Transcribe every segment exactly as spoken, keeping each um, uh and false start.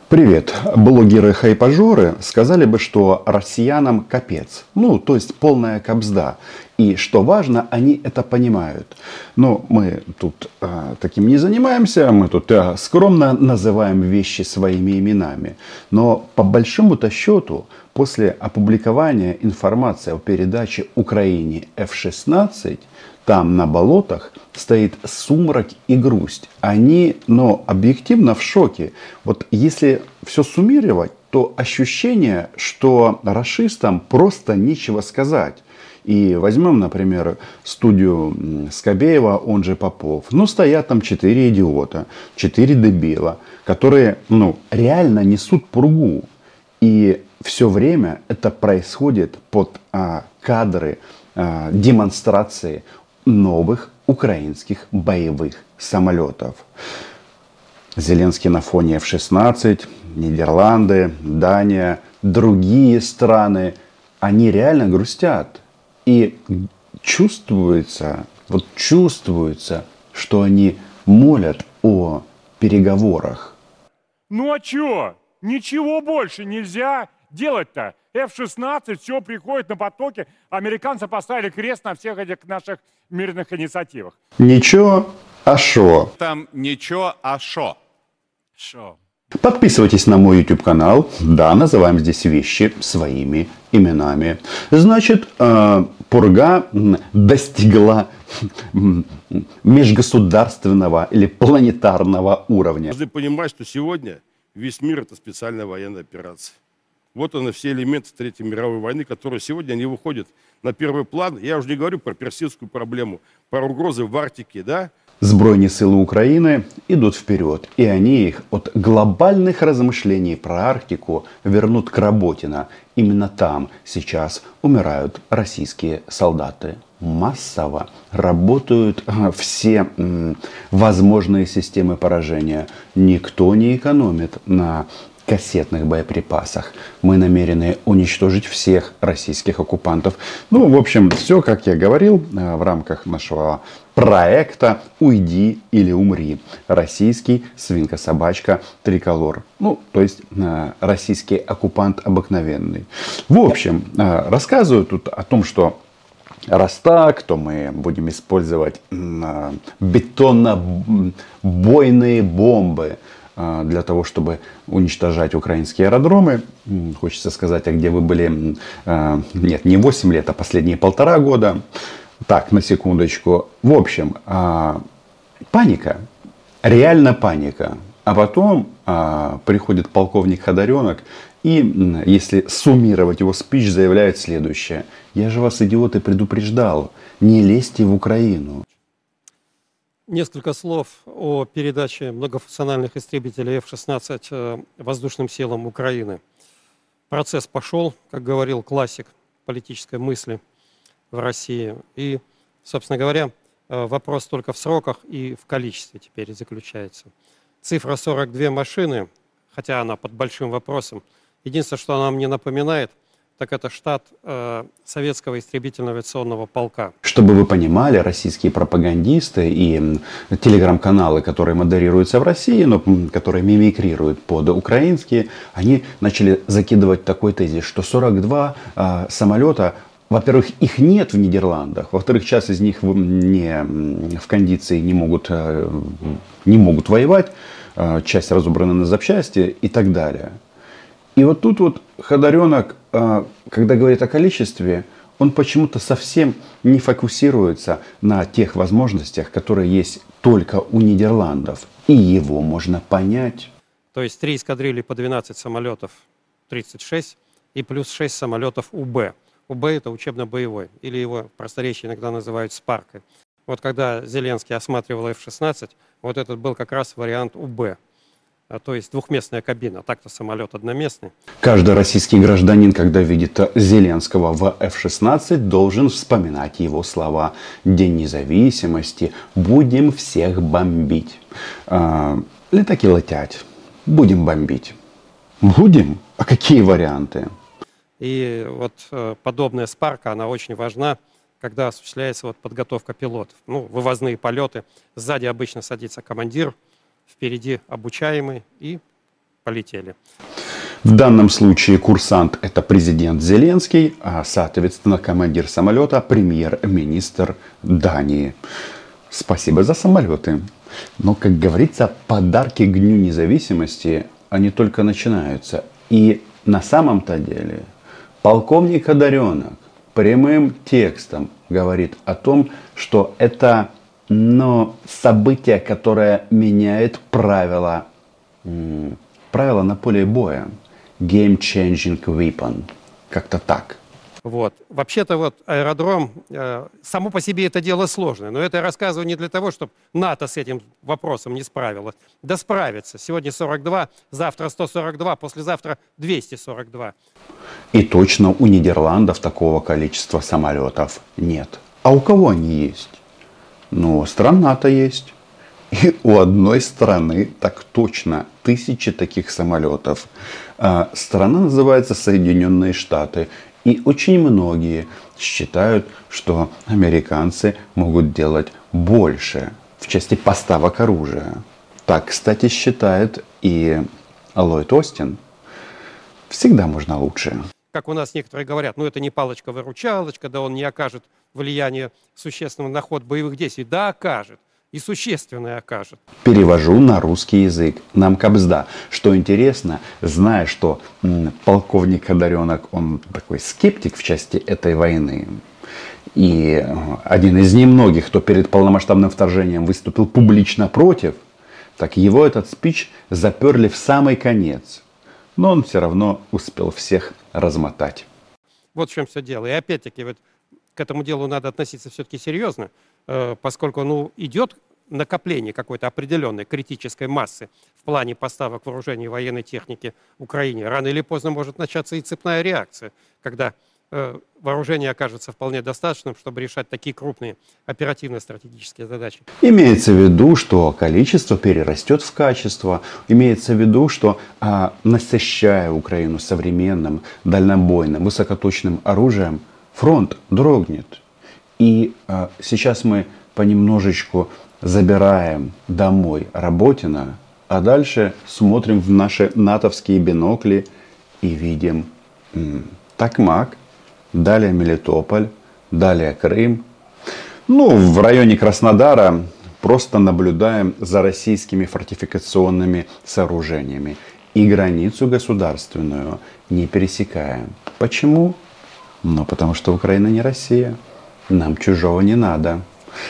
Привет. Блогеры-хайпажоры сказали бы, что россиянам капец. Ну, то есть полная кабзда. И что важно, они это понимают. Но мы тут э, таким не занимаемся. Мы тут э, скромно называем вещи своими именами. Но по большому-то счету, после опубликования информации о передаче Украине эф шестнадцать, там на болотах стоит сумрак и грусть. Они, но объективно в шоке. Вот если все суммировать, то ощущение, что рашистам просто нечего сказать. И возьмем, например, студию Скобеева, он же Попов. Ну, стоят там четыре идиота, четыре дебила, которые, ну, реально несут пургу. И все время это происходит под а, кадры а, демонстрации новых украинских боевых самолетов. Зеленский на фоне эф шестнадцать, Нидерланды, Дания, другие страны, они реально грустят. И чувствуется, вот чувствуется, что они молят о переговорах. Ну а чё? Ничего больше нельзя делать-то. эф шестнадцать, все приходит на потоке. Американцы поставили крест на всех этих наших мирных инициативах. Ничего, а шо? Там ничего, а шо. Шо? Подписывайтесь на мой YouTube канал. Да, называем здесь вещи своими именами. Значит, э, пурга достигла межгосударственного или планетарного уровня. Должны понимать, что сегодня весь мир — это специальная военная операция. Вот они, все элементы Третьей мировой войны, которые сегодня не выходят на первый план. Я уже не говорю про персидскую проблему, про угрозы в Арктике, да? Збройні сили України идут вперед, и они их от глобальных размышлений про Арктику вернут к работе. Именно там сейчас умирают российские солдаты. Массово работают все м, возможные системы поражения. Никто не экономит на кассетных боеприпасах. Мы намерены уничтожить всех российских оккупантов. Ну, в общем, все, как я говорил, в рамках нашего проекта «Уйди или умри». Российский свинка-собачка триколор. Ну, то есть российский оккупант обыкновенный. В общем, рассказываю тут о том, что раз так, то мы будем использовать бетонно-бойные бомбы для того, чтобы уничтожать украинские аэродромы. Хочется сказать, а где вы были, нет, не восемь лет, а последние полтора года. Так, на секундочку. В общем, паника, реально паника. А потом приходит полковник Ходоренок и, если суммировать его спич, заявляет следующее. Я же вас, идиоты, предупреждал, не лезьте в Украину. Несколько слов о передаче многофункциональных истребителей эф шестнадцать воздушным силам Украины. Процесс пошел, как говорил классик политической мысли в России. И, собственно говоря, вопрос только в сроках и в количестве теперь заключается. Цифра сорок две машины, хотя она под большим вопросом, единственное, что она мне напоминает, так это штат э, советского истребительного авиационного полка. Чтобы вы понимали, российские пропагандисты и телеграм-каналы, которые модерируются в России, но которые мимикрируют под украинские, они начали закидывать такой тезис, что сорок два э, самолета, во-первых, их нет в Нидерландах, во-вторых, часть из них не, в кондиции не могут, э, не могут воевать, э, часть разобрана на запчасти и так далее. И вот тут вот Ходоренок, когда говорит о количестве, он почему-то совсем не фокусируется на тех возможностях, которые есть только у Нидерландов. И его можно понять. То есть три эскадрильи по двенадцать самолетов, тридцать шесть, и плюс шесть самолетов УБ. УБ это учебно-боевой, или его в просторечии иногда называют «Спаркой». Вот когда Зеленский осматривал эф шестнадцать, вот этот был как раз вариант УБ. То есть двухместная кабина, так-то самолет одноместный. Каждый российский гражданин, когда видит Зеленского в эф шестнадцать, должен вспоминать его слова. День независимости, будем всех бомбить. А, летаки летят, будем бомбить. Будем? А какие варианты? И вот подобная спарка, она очень важна, когда осуществляется вот подготовка пилотов. Ну, вывозные полеты. Сзади обычно садится командир, впереди обучаемый, и полетели. В данном случае курсант – это президент Зеленский, а соответственно командир самолета – премьер-министр Дании. Спасибо за самолеты. Но, как говорится, подарки к Дню независимости, они только начинаются. И на самом-то деле полковник Одаренок прямым текстом говорит о том, что это но, событие, которое меняет правила, правила на поле боя. Game-changing weapon. Как-то так. Вот. Вообще-то вот аэродром, э, само по себе это дело сложное, но это я рассказываю не для того, чтобы НАТО с этим вопросом не справилось. Да справится. Сегодня сорок два, завтра сто сорок два, послезавтра двести сорок два. И точно у Нидерландов такого количества самолетов нет. А у кого они есть? Ну, стран НАТО есть. И у одной страны так точно тысячи таких самолетов. А страна называется Соединенные Штаты. И очень многие считают, что американцы могут делать больше в части поставок оружия. Так, кстати, считает и Ллойд Остин. Всегда можно лучше. Как у нас некоторые говорят, ну это не палочка-выручалочка, да он не окажет влияния существенного на ход боевых действий. Да, окажет. И существенное окажет. Перевожу на русский язык. Нам кабзда. Что интересно, зная, что м, полковник Одаренок, он такой скептик в части этой войны. И один из немногих, кто перед полномасштабным вторжением выступил публично против, так его этот спич заперли в самый конец. Но он все равно успел всех размотать. Вот в чем все дело. И опять-таки вот к этому делу надо относиться все-таки серьезно, поскольку ну, идет накопление какой-то определенной критической массы в плане поставок вооружений и военной техники Украине. Рано или поздно может начаться и цепная реакция, когда э, вооружение окажется вполне достаточным, чтобы решать такие крупные оперативно-стратегические задачи. Имеется в виду, что количество перерастет в качество. Имеется в виду, что а, насыщая Украину современным, дальнобойным, высокоточным оружием, фронт дрогнет. И а, сейчас мы понемножечку забираем домой Работино, а дальше смотрим в наши натовские бинокли и видим м, Токмак, далее Мелитополь, далее Крым. Ну, в районе Краснодара просто наблюдаем за российскими фортификационными сооружениями и границу государственную не пересекаем. Почему? Ну, потому что Украина не Россия. Нам чужого не надо.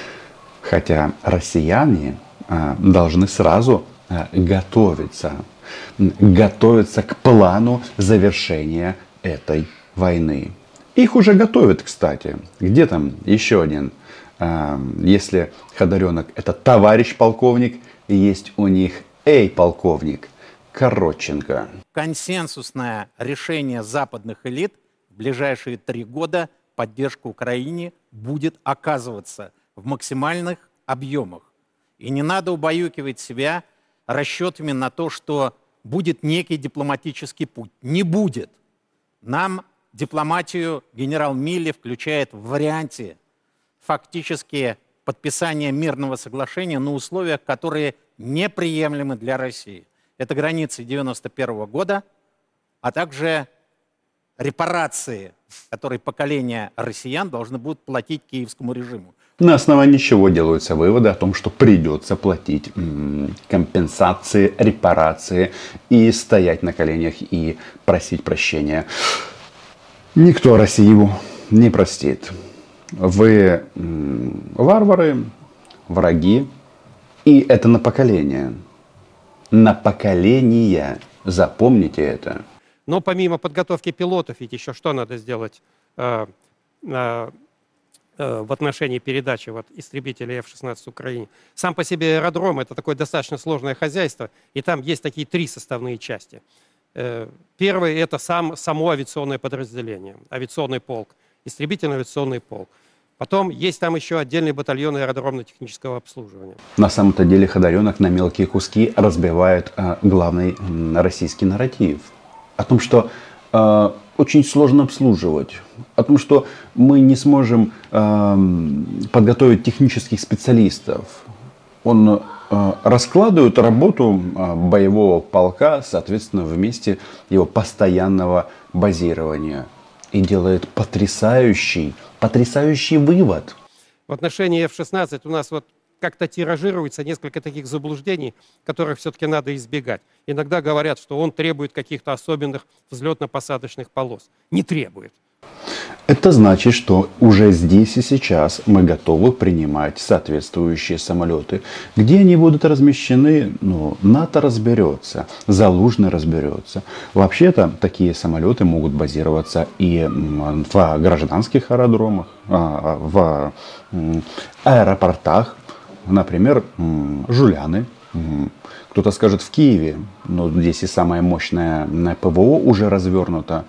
Хотя россияне а, должны сразу а, готовиться. Готовиться к плану завершения этой войны. Их уже готовят, кстати. Где там еще один? А, если Ходоренок это товарищ полковник, есть у них эй, полковник, Коротченко. Консенсусное решение западных элит в ближайшие три года поддержка Украине будет оказываться в максимальных объемах. И не надо убаюкивать себя расчетами на то, что будет некий дипломатический путь. Не будет. Нам дипломатию генерал Милли включает в варианте фактически подписания мирного соглашения на условиях, которые неприемлемы для России. Это границы девяносто первого года, а также репарации, которые поколения россиян должны будут платить киевскому режиму. На основании чего делаются выводы о том, что придется платить м- компенсации, репарации и стоять на коленях и просить прощения. Никто Россию не простит. Вы м- варвары, враги, и это на поколение. На поколение. Запомните это. Но помимо подготовки пилотов, ведь еще что надо сделать э, э, э, в отношении передачи вот, истребителей эф шестнадцать Украине? Сам по себе аэродром – это такое достаточно сложное хозяйство, и там есть такие три составные части. Э, первое – это сам, само авиационное подразделение, авиационный полк, истребительно-авиационный полк. Потом есть там еще отдельный батальон аэродромно-технического обслуживания. На самом-то деле Ходоренок на мелкие куски разбивает э, главный э, российский нарратив. О том, что э, очень сложно обслуживать. О том, что мы не сможем э, подготовить технических специалистов. Он раскладывают работу боевого полка, соответственно, в месте его постоянного базирования. И делает потрясающий, потрясающий вывод. В отношении эф шестнадцать у нас вот как-то тиражируется несколько таких заблуждений, которых все-таки надо избегать. Иногда говорят, что он требует каких-то особенных взлетно-посадочных полос. Не требует. Это значит, что уже здесь и сейчас мы готовы принимать соответствующие самолеты. Где они будут размещены, ну, НАТО разберется, Залужный разберется. Вообще-то такие самолеты могут базироваться и в гражданских аэродромах, в аэропортах. Например, Жуляны. Кто-то скажет в Киеве, но здесь и самое мощное ПВО уже развернуто.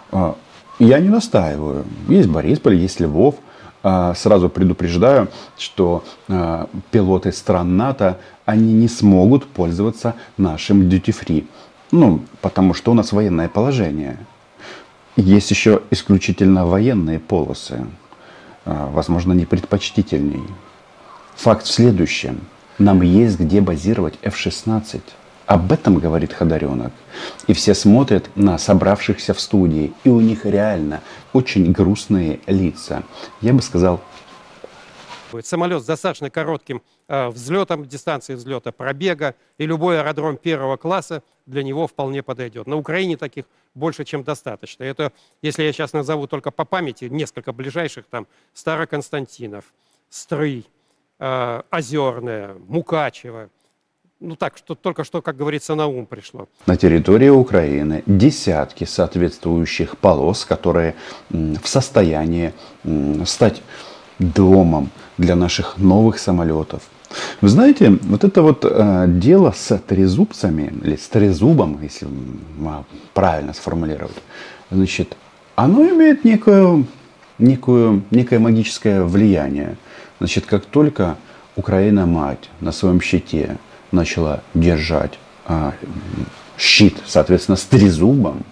Я не настаиваю. Есть Борисполь, есть Львов. Сразу предупреждаю, что пилоты стран НАТО, они не смогут пользоваться нашим duty-free. Ну, потому что у нас военное положение. Есть еще исключительно военные полосы. Возможно, не предпочтительней. Факт в следующем. Нам есть где базировать эф шестнадцать. Об этом говорит Ходоренок. И все смотрят на собравшихся в студии. И у них реально очень грустные лица. Я бы сказал... Самолет с достаточно коротким э, взлетом, дистанцией взлета, пробега. И любой аэродром первого класса для него вполне подойдет. На Украине таких больше, чем достаточно. Это, если я сейчас назову только по памяти, несколько ближайших, там Староконстантинов, Стрый, э, Озерное, Мукачево. Ну так, что только что, как говорится, на ум пришло. На территории Украины десятки соответствующих полос, которые в состоянии стать домом для наших новых самолетов. Вы знаете, вот это вот э, дело с трезубцами, или с трезубом, если правильно сформулировать, значит, оно имеет некое, некое, некое магическое влияние. Значит, как только Украина-мать на своем щите начала держать а, щит, соответственно, с трезубом,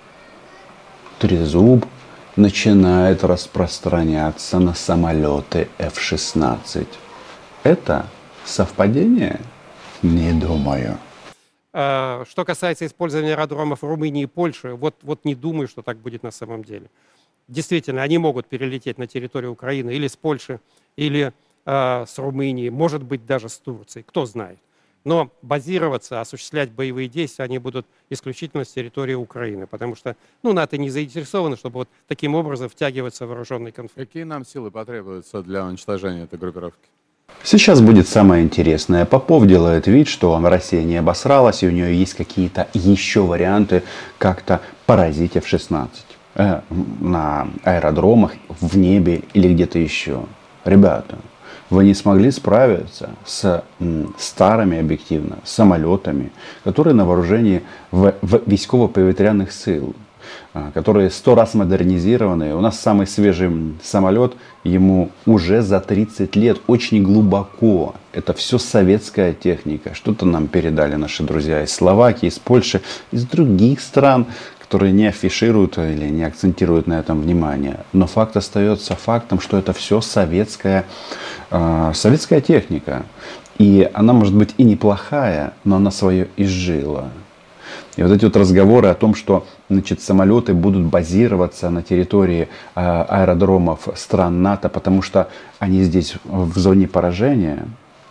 трезуб начинает распространяться на самолеты эф шестнадцать. Это совпадение? Не думаю. Что касается использования аэродромов в Румынии и Польше, вот, вот не думаю, что так будет на самом деле. Действительно, они могут перелететь на территорию Украины или с Польши, или э, с Румынии, может быть, даже с Турцией, кто знает. Но базироваться, осуществлять боевые действия они будут исключительно с территории Украины, потому что ну, НАТО не заинтересовано, чтобы вот таким образом втягиваться в вооруженный конфликт. Какие нам силы потребуются для уничтожения этой группировки? Сейчас будет самое интересное. Попов делает вид, что Россия не обосралась, и у нее есть какие-то еще варианты как-то поразить эф шестнадцать э, на аэродромах, в небе или где-то еще. Ребята, вы не смогли справиться с м, старыми, объективно, самолетами, которые на вооружении в, в військово-повітряних сил, а, которые сто раз модернизированы. У нас самый свежий самолет, ему уже за тридцать лет, очень глубоко. Это все советская техника. Что-то нам передали наши друзья из Словакии, из Польши, из других стран, которые не афишируют или не акцентируют на этом внимание. Но факт остается фактом, что это все советская, э, советская техника. И она может быть и неплохая, но она свое изжила. И вот эти вот разговоры о том, что значит, самолеты будут базироваться на территории э, аэродромов стран НАТО, потому что они здесь в зоне поражения.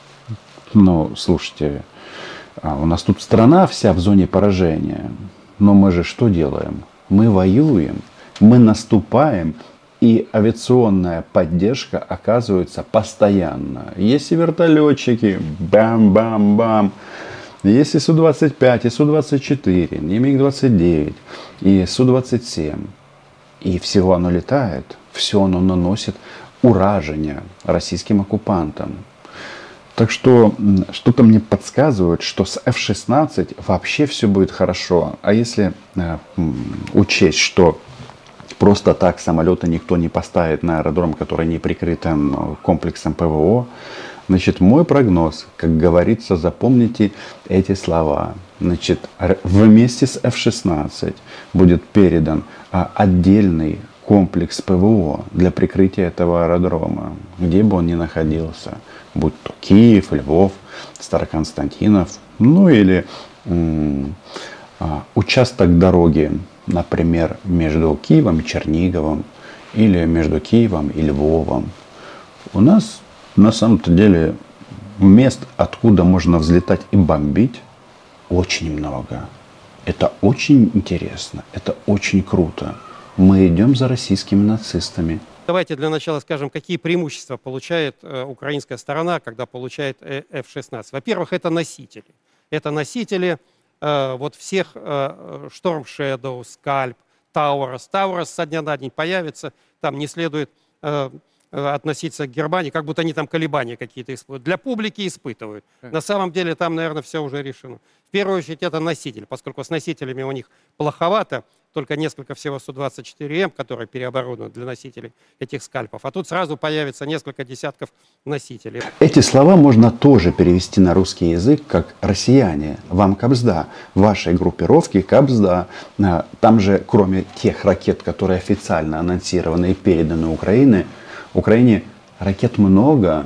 Ну, слушайте, у нас тут страна вся в зоне поражения. Но мы же что делаем? Мы воюем, мы наступаем, и авиационная поддержка оказывается постоянно. Есть и вертолетчики, бам-бам-бам. Есть и Су двадцать пять, и Су двадцать четыре, и Миг двадцать девять, и Су двадцать семь. И всего оно летает, все оно наносит ураження российским оккупантам. Так что что-то мне подсказывает, что с эф шестнадцать вообще все будет хорошо. А если э, учесть, что просто так самолеты никто не поставит на аэродром, который не прикрыт комплексом ПВО, значит, мой прогноз, как говорится, запомните эти слова. Значит, вместе с эф шестнадцать будет передан а, отдельный комплекс ПВО для прикрытия этого аэродрома, где бы он ни находился. Будь то Киев, Львов, Староконстантинов, ну или м, а, участок дороги, например, между Киевом и Черниговым, или между Киевом и Львовом. У нас на самом-то деле мест, откуда можно взлетать и бомбить, очень много. Это очень интересно, это очень круто. Мы идем за российскими нацистами. Давайте для начала скажем, какие преимущества получает э, украинская сторона, когда получает э, эф шестнадцать. Во-первых, это носители. Это носители э, вот всех э, Storm Shadow, Scalp, Taurus. Taurus со дня на день появится, там не следует э, относиться к Германии, как будто они там колебания какие-то испытывают. Для публики испытывают. На самом деле там, наверное, все уже решено. В первую очередь это носитель, поскольку с носителями у них плоховато, только несколько всего Су двадцать четыре М, которые переоборудованы для носителей этих скальпов. А тут сразу появится несколько десятков носителей. Эти слова можно тоже перевести на русский язык как «россияне, вам кабзда», вашей группировке кабзда. Там же, кроме тех ракет, которые официально анонсированы и переданы Украине, Украине ракет много.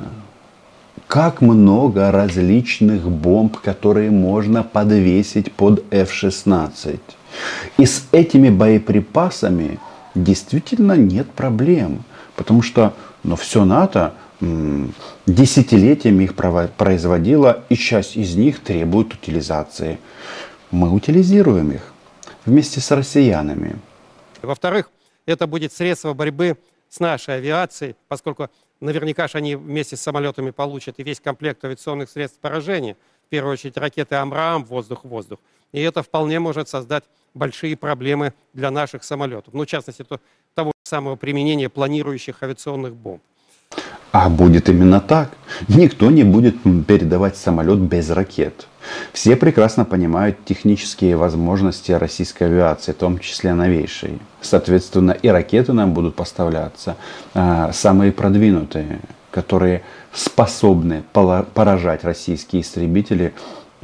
Как много различных бомб, которые можно подвесить под эф шестнадцать. И с этими боеприпасами действительно нет проблем. Потому что ну, все НАТО м, десятилетиями их производило, и часть из них требует утилизации. Мы утилизируем их вместе с россиянами. Во-вторых, это будет средство борьбы с нашей авиацией, поскольку наверняка же они вместе с самолетами получат и весь комплект авиационных средств поражения, в первую очередь ракеты «Амраам», воздух-воздух. И это вполне может создать большие проблемы для наших самолетов. Ну, в частности, то, того же самого применения планирующих авиационных бомб. А будет именно так. Никто не будет передавать самолет без ракет. Все прекрасно понимают технические возможности российской авиации, в том числе новейшей. Соответственно, и ракеты нам будут поставляться а, самые продвинутые, которые способны поражать российские истребители,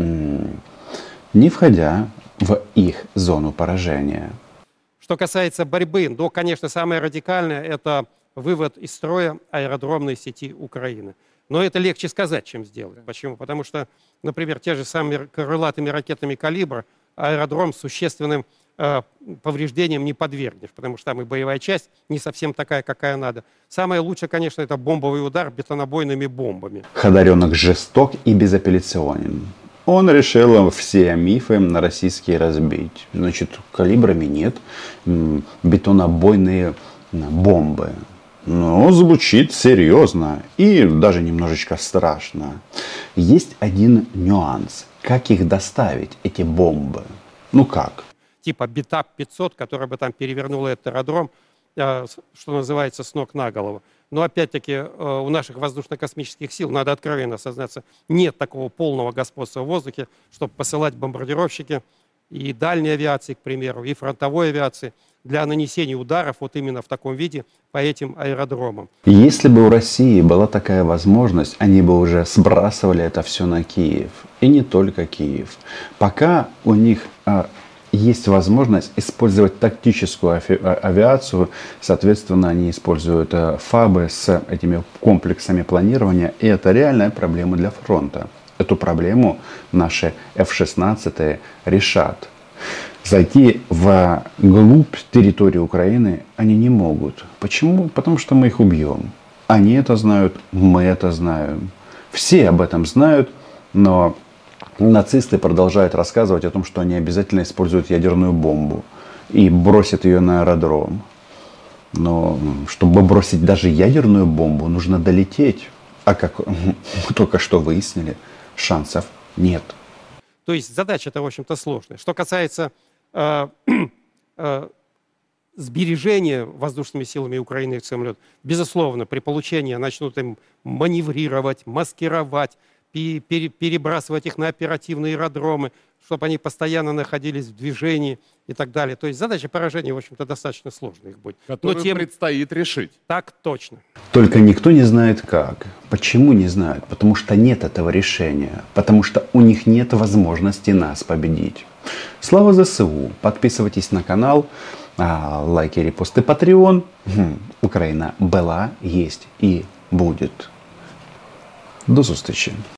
не входя в их зону поражения. Что касается борьбы, ну, конечно, самое радикальное – это вывод из строя аэродромной сети Украины. Но это легче сказать, чем сделать. Почему? Потому что, например, те же самыми крылатыми ракетами «Калибр» аэродром с существенным э, повреждением не подвергнешь, потому что там и боевая часть не совсем такая, какая надо. Самое лучшее, конечно, это бомбовый удар бетонобойными бомбами. Ходоренок жесток и безапелляционен. Он решил все мифы на российские разбить. Значит, калибрами нет, бетонобойные бомбы. Но звучит серьезно и даже немножечко страшно. Есть один нюанс. Как их доставить, эти бомбы? Ну как? Типа Битап пятьсот, который бы там перевернул этот аэродром, что называется, с ног на голову. Но опять-таки у наших воздушно-космических сил, надо откровенно сознаться, нет такого полного господства в воздухе, чтобы посылать бомбардировщики и дальней авиации, к примеру, и фронтовой авиации для нанесения ударов вот именно в таком виде по этим аэродромам. Если бы у России была такая возможность, они бы уже сбрасывали это все на Киев. И не только Киев. Пока у них а, есть возможность использовать тактическую ави- авиацию, соответственно, они используют а, ФАБы с этими комплексами планирования, и это реальная проблема для фронта. Эту проблему наши эф шестнадцать решат. Зайти в глубь территории Украины они не могут. Почему? Потому что мы их убьем. Они это знают, мы это знаем. Все об этом знают, но нацисты продолжают рассказывать о том, что они обязательно используют ядерную бомбу и бросят ее на аэродром. Но чтобы бросить даже ядерную бомбу, нужно долететь. А как мы только что выяснили, шансов нет. То есть задача-то, в общем-то, сложная. Что касается э, э, сбережения воздушными силами Украины их самолетов, безусловно, при получении начнут им маневрировать, маскировать, пи- пере- перебрасывать их на оперативные аэродромы, чтобы они постоянно находились в движении и так далее. То есть задача поражения, в общем-то, достаточно сложная их будет. Которую Но тем... предстоит решить. Так точно. Только никто не знает как. Почему не знают? Потому что нет этого решения. Потому что у них нет возможности нас победить. Слава ЗСУ. Подписывайтесь на канал. Лайки, репосты, Patreon. Украина была, есть и будет. До зустрічі.